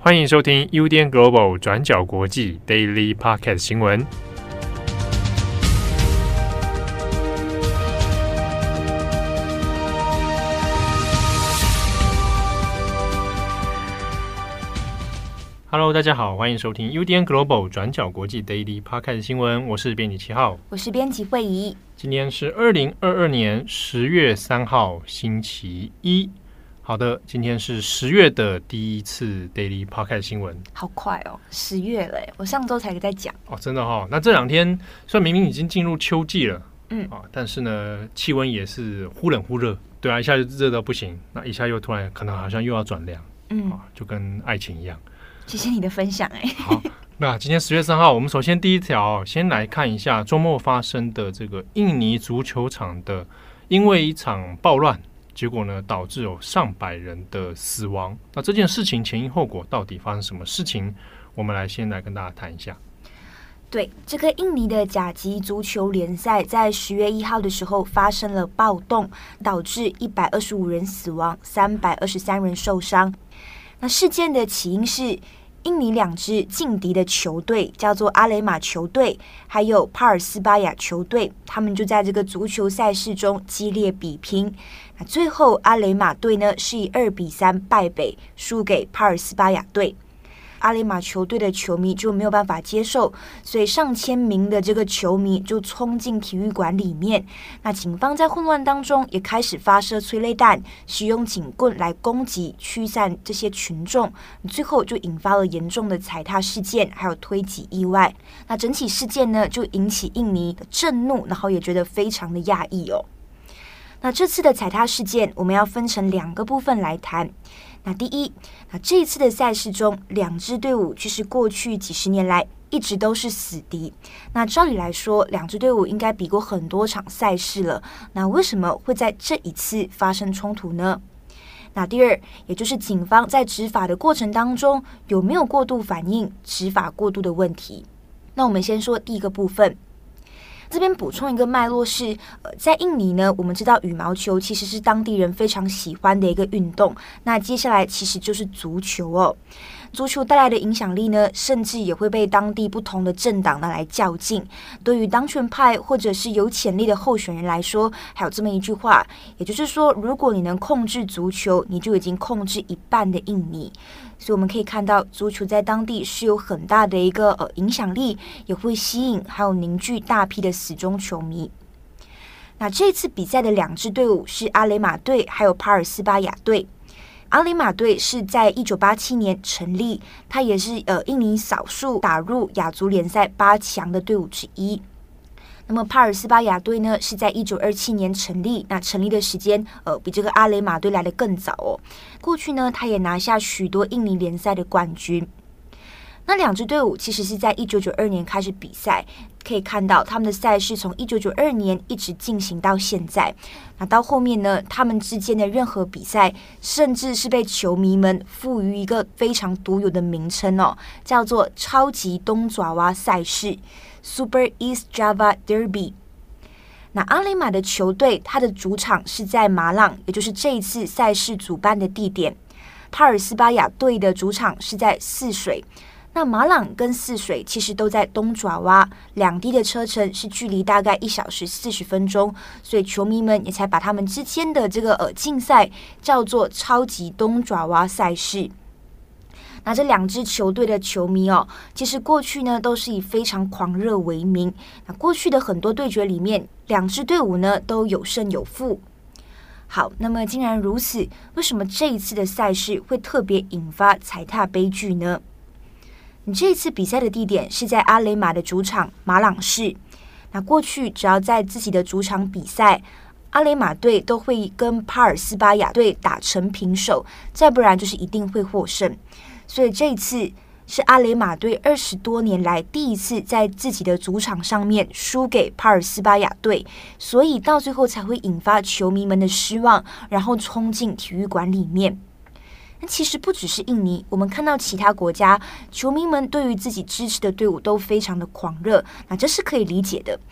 欢迎收听 UDN Global 转角国际 Daily Podcast 新闻。Hello， 大家好，欢迎收听 UDN Global 转角国际 Daily Podcast 新闻，我是编辑7号， 我是编辑慧仪。 今天是2022年10月3号，星期一。好的，今天是10月的第一次 Daily Podcast 新闻， 好快哦，10月了耶，我上周才在讲哦，真的哦。那这两天虽然明明已经进入秋季了，但是呢，气温也是忽冷忽热，对啊，一下就热到不行，那一下又突然可能好像又要转凉，就跟爱情一样。 谢谢你的分享哎。 好，那今天10月3号，我们首先第一条先来看一下周末发生的这个印尼足球场的，因为一场暴乱。结果呢，导致有上百人的死亡。那这件事情前因后果到底发生什么事情？我们先来跟大家谈一下。 对，这个印尼的甲级足球联赛在10月1号的时候发生了暴动，导致125人死亡，323人受伤。那事件的起因是印尼两支劲敌的球队，叫做阿雷马球队还有帕尔斯巴雅球队，他们就在这个足球赛事中激烈比拼。那最后阿雷马队呢是以2-3败北，输给帕尔斯巴雅队。阿雷马球队的球迷就没有办法接受，所以上千名的这个球迷就冲进体育馆里面。那警方在混乱当中也开始发射催泪弹，使用警棍来攻击驱散这些群众，最后就引发了严重的踩踏事件，还有推挤意外。那整起事件呢就引起印尼的震怒，然后也觉得非常的讶异哦。那这次的踩踏事件我们要分成2个部分来谈。那第一，这一次的赛事中，两支队伍其实过去几十年来一直都是死敌。那照理来说，两支队伍应该比过很多场赛事了，那为什么会在这一次发生冲突呢？那第二，也就是警方在执法的过程当中有没有过度反应、执法过度的问题？那我们先说第一个部分。这边补充一个脉络是，在印尼呢，我们知道羽毛球其实是当地人非常喜欢的一个运动。那接下来其实就是足球哦。足球带来的影响力呢，甚至也会被当地不同的政党拿来较劲。对于当权派或者是有潜力的候选人来说，还有这么一句话，也就是说，如果你能控制足球，你就已经控制一半的印尼。所以我们可以看到，足球在当地是有很大的一个影响力，也会吸引还有凝聚大批的死忠球迷。那这次比赛的2支队伍是阿雷马队还有帕尔斯巴雅队。阿雷马队是在1987年成立，它也是印尼少数打入亚足联赛8强的队伍之一。那么帕尔斯巴雅队呢是在1927年成立，那成立的时间比这个阿雷马队来得更早哦。过去呢，他也拿下许多印尼联赛的冠军。那2支队伍其实是在1992年开始比赛，可以看到他们的赛事从1992年一直进行到现在。那到后面呢，他们之间的任何比赛，甚至是被球迷们赋予一个非常独有的名称哦，叫做超级东爪哇赛事 Super East Java Derby。那阿雷马的球队，它的主场是在马朗，也就是这一次赛事主办的地点。帕尔斯巴雅队的主场是在泗水。那马朗跟泗水其实都在东爪哇，两地的车程是距离大概1小时40分钟，所以球迷们也才把他们之间的这个竞赛叫做超级东爪哇赛事。那这2支球队的球迷其实过去呢都是以非常狂热为名。那过去的很多对决里面，2支队伍呢都有胜有负。好，那么既然如此，为什么这一次的赛事会特别引发踩踏悲剧呢？这一次比赛的地点是在阿雷马的主场马朗市。那过去只要在自己的主场比赛，阿雷马队都会跟帕尔斯巴雅队打成平手，再不然就是一定会获胜。所以这一次是阿雷马队20多年来第一次在自己的主场上面输给帕尔斯巴雅队，所以到最后才会引发球迷们的失望，然后冲进体育馆里面。其实不只是印尼，我们看到其他国家球迷们对于自己支持的队伍都非常的狂热，那这是可以理解的。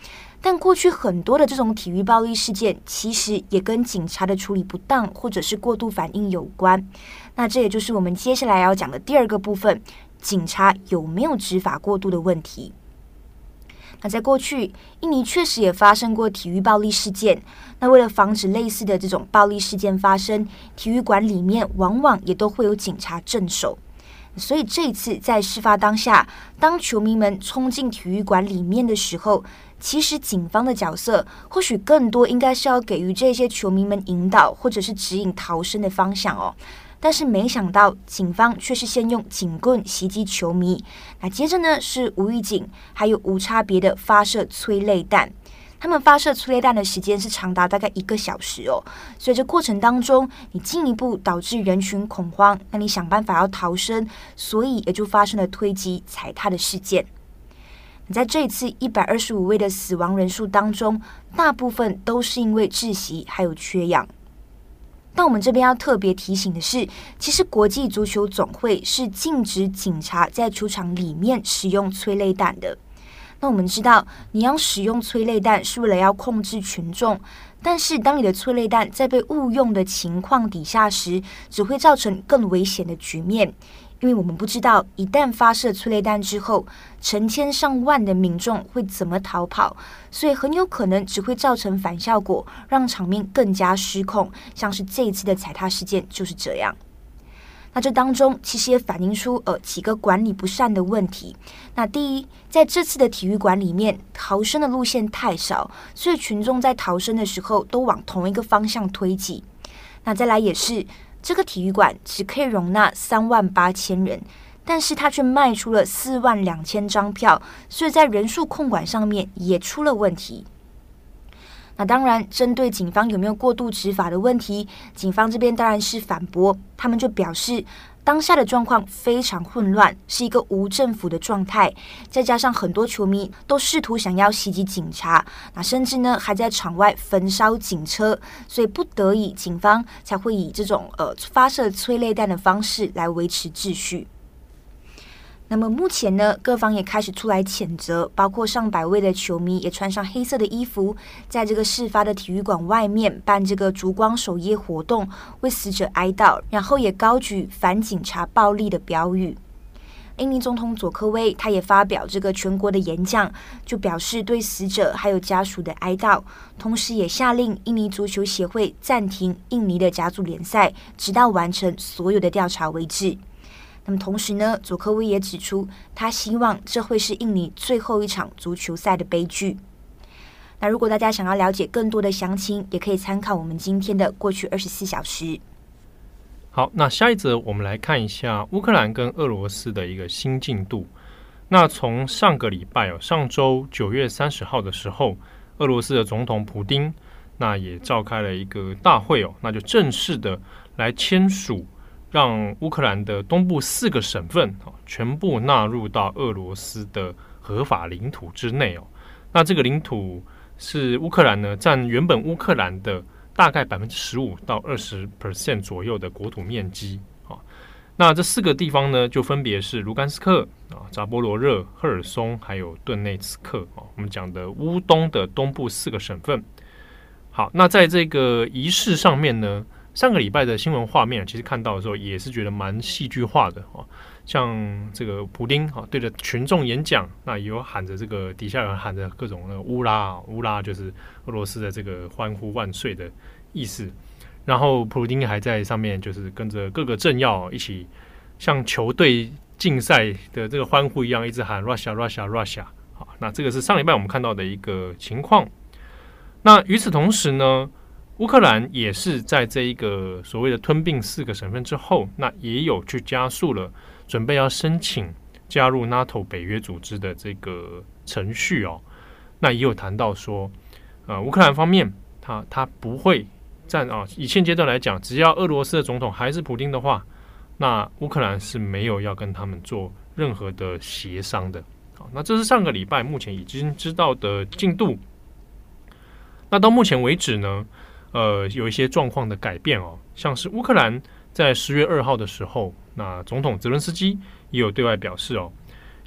但过去很多的这种体育暴力事件，其实也跟警察的处理不当或者是过度反应有关。那这也就是我们接下来要讲的第二个部分，警察有没有执法过度的问题。那在过去，印尼确实也发生过体育暴力事件。那为了防止类似的这种暴力事件发生，体育馆里面往往也都会有警察镇守。所以这一次在事发当下，当球迷们冲进体育馆里面的时候，其实警方的角色或许更多应该是要给予这些球迷们引导或者是指引逃生的方向哦。但是没想到警方却是先用警棍袭击球迷，那接着呢是无预警还有无差别的发射催泪弹。他们发射催泪弹的时间是长达大概1个小时哦，所以这过程当中，你进一步导致人群恐慌，那你想办法要逃生，所以也就发生了推挤、踩踏的事件。在这一次125位的死亡人数当中，大部分都是因为窒息还有缺氧。但我们这边要特别提醒的是，其实国际足球总会是禁止警察在球场里面使用催泪弹的。那我们知道，你要使用催泪弹是为了要控制群众，但是当你的催泪弹在被误用的情况底下时，只会造成更危险的局面。因为我们不知道一旦发射催泪弹之后，成千上万的民众会怎么逃跑，所以很有可能只会造成反效果，让场面更加失控，像是这一次的踩踏事件就是这样。那这当中其实也反映出几个管理不善的问题。那第一，在这次的体育馆里面，逃生的路线太少，所以群众在逃生的时候都往同一个方向推挤。那再来也是，这个体育馆只可以容纳38000人，但是他却卖出了42000张票，所以在人数控管上面也出了问题。那当然，针对警方有没有过度执法的问题，警方这边当然是反驳，他们就表示，当下的状况非常混乱，是一个无政府的状态，再加上很多球迷都试图想要袭击警察，那甚至呢还在场外焚烧警车，所以不得已警方才会以这种发射催泪弹的方式来维持秩序。那么目前呢，各方也开始出来谴责，包括上百位的球迷也穿上黑色的衣服，在这个事发的体育馆外面办这个烛光守夜活动，为死者哀悼，然后也高举反警察暴力的标语。印尼总统佐科威他也发表这个全国的演讲，就表示对死者还有家属的哀悼，同时也下令印尼足球协会暂停印尼的甲组联赛，直到完成所有的调查为止。那么同时呢，佐科威也指出，他希望这会是印尼最后一场足球赛的悲剧。那如果大家想要了解更多的详情，也可以参考我们今天的过去24小时。 好，那下一则我们来看一下乌克兰跟俄罗斯的一个新进度。那从上个礼拜上周9月30号的时候，俄罗斯的总统普丁那也召开了一个大会那就正式的来签署，让乌克兰的东部4个省份全部纳入到俄罗斯的合法领土之内那这个领土是乌克兰呢占原本乌克兰的大概15%到20% 左右的国土面积那这4个地方呢，就分别是卢甘斯克扎波罗热、赫尔松还有顿内茨克我们讲的乌东的东部4个省份。好，那在这个仪式上面呢，上个礼拜的新闻画面其实看到的时候也是觉得蛮戏剧化的像这个普丁对着群众演讲，那也有喊着这个底下有人喊着各种那个乌拉乌拉，就是俄罗斯的这个欢呼万岁的意思。然后普丁还在上面就是跟着各个政要一起像球队竞赛的这个欢呼一样，一直喊 Russia Russia Russia。那这个是上礼拜我们看到的一个情况。那与此同时呢，乌克兰也是在这一个所谓的吞并4个省份之后，那也有去加速了准备要申请加入 NATO 北约组织的这个程序那也有谈到说，乌克兰方面他不会以现阶段来讲，只要俄罗斯的总统还是普丁的话，那乌克兰是没有要跟他们做任何的协商的。那这是上个礼拜目前已经知道的进度。那到目前为止呢，有一些状况的改变像是乌克兰在10月2号的时候，那总统泽伦斯基也有对外表示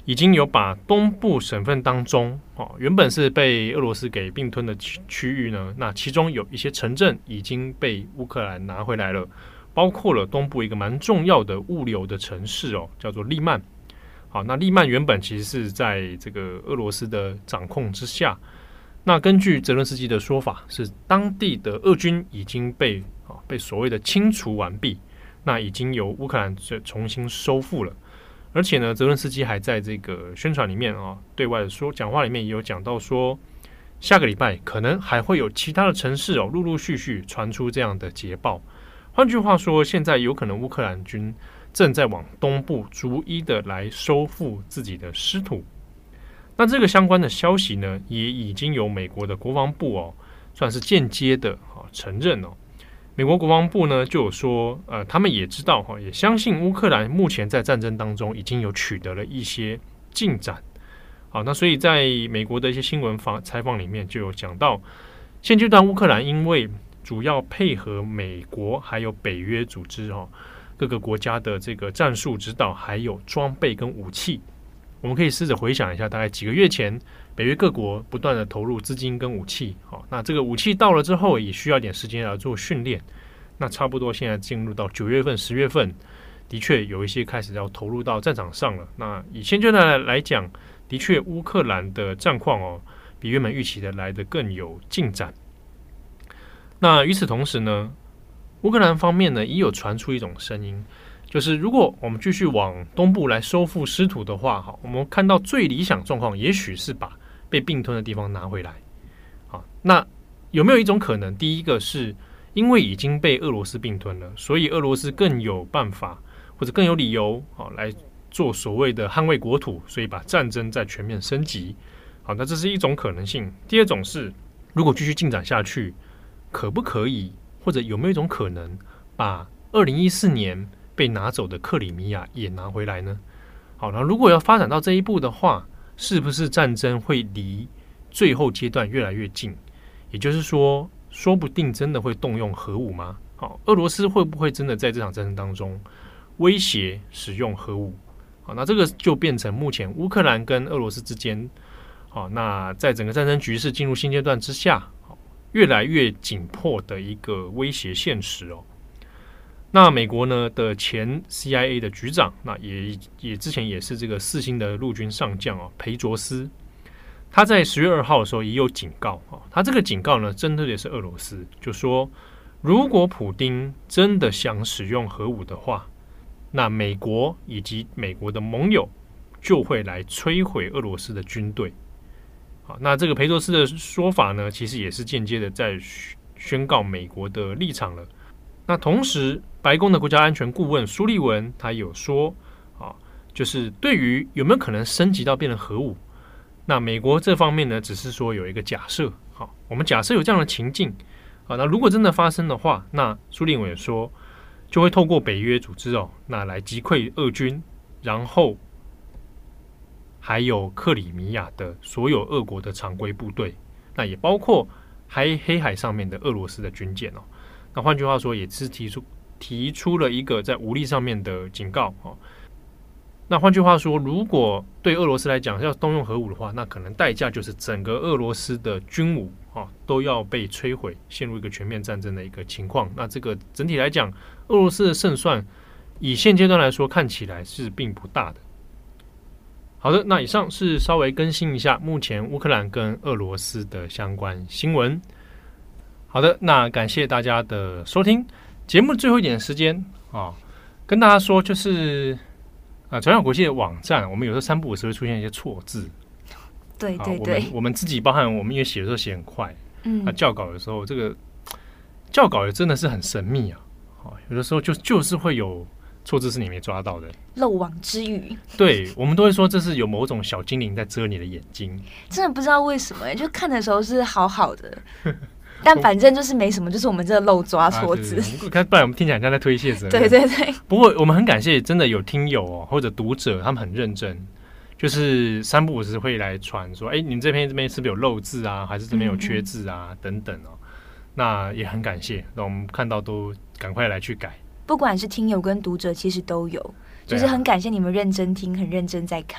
已经有把东部省份当中原本是被俄罗斯给并吞的区域呢，那其中有一些城镇已经被乌克兰拿回来了，包括了东部一个蛮重要的物流的城市叫做利曼。好，那利曼原本其实是在这个俄罗斯的掌控之下。那根据泽伦斯基的说法，是当地的俄军已经被所谓的清除完毕，那已经由乌克兰重新收复了。而且呢，泽伦斯基还在这个宣传里面对外的讲话里面也有讲到说，下个礼拜可能还会有其他的城市陆陆续续传出这样的捷报。换句话说，现在有可能乌克兰军正在往东部逐一的来收复自己的失土。那这个相关的消息呢，也已经由美国的国防部算是间接的承认美国国防部呢就有说，他们也知道也相信乌克兰目前在战争当中已经有取得了一些进展。好，那所以在美国的一些新闻采访里面就有讲到，现阶段乌克兰因为主要配合美国还有北约组织各个国家的这个战术指导，还有装备跟武器。我们可以试着回想一下，大概几个月前，北约各国不断的投入资金跟武器，那这个武器到了之后，也需要一点时间来做训练。那差不多现在进入到9月份、10月份，的确有一些开始要投入到战场上了。那以现阶段来讲，的确乌克兰的战况比原本预期的来得更有进展。那与此同时呢，乌克兰方面呢也有传出一种声音。就是如果我们继续往东部来收复失土的话，我们看到最理想状况，也许是把被并吞的地方拿回来。好，那有没有一种可能？第一个是因为已经被俄罗斯并吞了，所以俄罗斯更有办法或者更有理由来做所谓的捍卫国土，所以把战争再全面升级。好，那这是一种可能性。第二种是，如果继续进展下去，可不可以或者有没有一种可能，把2014年被拿走的克里米亚也拿回来呢？好，那如果要发展到这一步的话，是不是战争会离最后阶段越来越近？也就是说，说不定真的会动用核武吗？好，俄罗斯会不会真的在这场战争当中威胁使用核武？好，那这个就变成目前乌克兰跟俄罗斯之间，好，那在整个战争局势进入新阶段之下，越来越紧迫的一个威胁现实那美国呢的前 CIA 的局长，那也之前也是这个4星的陆军上将裴卓斯，他在10月2号的时候也有警告他这个警告呢针对的是俄罗斯，就说如果普丁真的想使用核武的话，那美国以及美国的盟友就会来摧毁俄罗斯的军队。好，那这个裴卓斯的说法呢，其实也是间接的在宣告美国的立场了。那同时，白宫的国家安全顾问苏利文他有说就是对于有没有可能升级到变成核武，那美国这方面呢，只是说有一个假设。好，我们假设有这样的情境那如果真的发生的话，那苏利文也说，就会透过北约组织那来击溃俄军，然后还有克里米亚的所有俄国的常规部队，那也包括黑海上面的俄罗斯的军舰那换句话说，也是提出了一个在武力上面的警告那换句话说，如果对俄罗斯来讲要动用核武的话，那可能代价就是整个俄罗斯的军武都要被摧毁，陷入一个全面战争的一个情况。那这个整体来讲，俄罗斯的胜算以现阶段来说看起来是并不大的。好的，那以上是稍微更新一下目前乌克兰跟俄罗斯的相关新闻。好的，那感谢大家的收听。节目最后一点时间跟大家说，就是转角国际的网站，我们有时候3不5时会出现一些错字。 对对对， 我们自己包含我们因为写的时候写很快，校稿的时候，这个校稿也真的是很神秘有的时候就是会有错字是你没抓到的， 漏网之鱼。 对，我们都会说这是有某种小精灵在遮你的眼睛， 真的不知道为什么就看的时候是好好的但反正就是没什么，就是我们这漏抓错字不然我们听起来像在推卸责任。 对对对， 不过我们很感谢真的有听友或者读者，他们很认真，就是3不5时会来传说，你们这边是不是有漏字啊，还是这边有缺字啊等等那也很感谢，那我们看到都赶快来去改。不管是听友跟读者其实都有，就是很感谢你们认真听，很认真在看。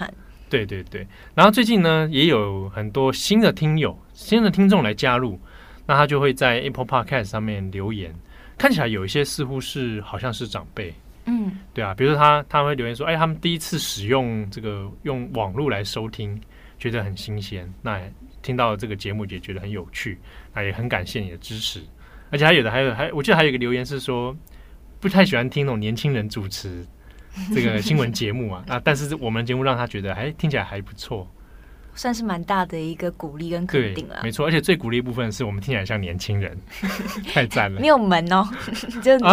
对对对，然后最近呢，也有很多新的听众来加入，那他就会在 Apple Podcast 上面留言，看起来有一些似乎是好像是长辈，对啊，比如说他会留言说，他们第一次使用这个用网络来收听，觉得很新鲜，那听到这个节目也觉得很有趣，那也很感谢你的支持，而且我记得还有一个留言是说，不太喜欢听那种年轻人主持这个新闻节目啊，但是我们节目让他觉得听起来还不错， 算是蛮大的一个鼓励跟肯定了。 没错，而且最鼓励的部分是我们听起来像年轻人，太赞了。 你有门哦，就你、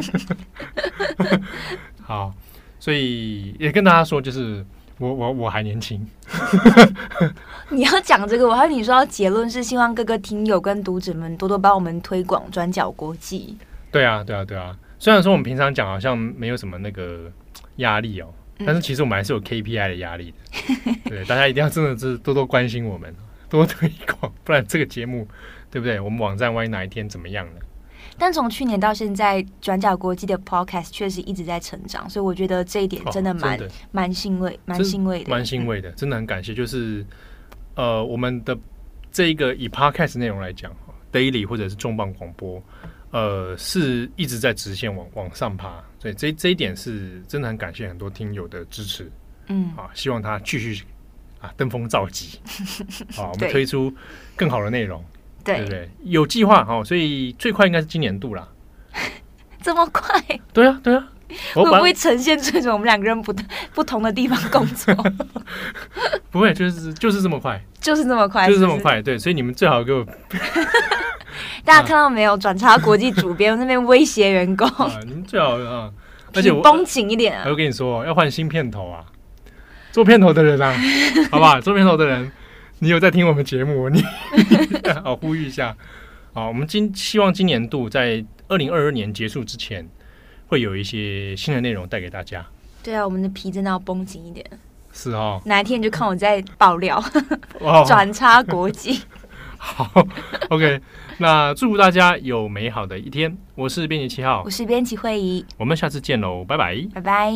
好，所以也跟大家说，就是我还年轻。 你要讲这个，我还以为你说到结论是希望各个听友跟读者们多多帮我们推广转角国际。 对啊。虽然说我们平常讲好像没有什么那个压力哦，但是其实我们还是有 KPI 的压力的。对，大家一定要真的是多多关心我们，多推广，不然这个节目对不对？我们网站万一哪一天怎么样呢？ 但从去年到现在，转角国际的 podcast 确实一直在成长，所以我觉得这一点真的蛮欣慰的， 真的很感谢。就是我们的这一个以 podcast 内容来讲 ，daily 或者是重磅广播，是一直在直线往上爬，所以这一点是真的很感谢很多听友的支持。希望他继续登峰造极。我们推出更好的内容。对不对？有计划所以最快应该是今年度啦。 这么快？ 对啊。 会不会呈现这种我们两个人不同的地方工作？ 不会，就是这么快， 就是这么快， 就是这么快。对，所以你们最好给我。 大家看到没有？转差国际主编那边威胁员工你们最好而且绷紧一点我跟你说，要换新片头啊！做片头的人啊，好不好？做片头的人。你有在听我们节目？你呼吁一下。我们希望今年度在2022年结束之前，会有一些新的内容带给大家。 对啊，我们的皮真的要绷紧一点。 是哦， 哪一天你就看我在爆料转差国际。 好 ，OK， 那祝福大家有美好的一天。我是编辑7号， 我是编辑慧仪， 我们下次见喽，拜拜， 拜拜。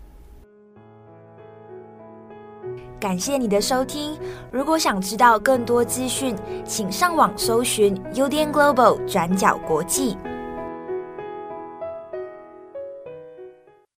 感谢你的收听，如果想知道更多资讯，请上网搜寻 UDN Global 转角国际。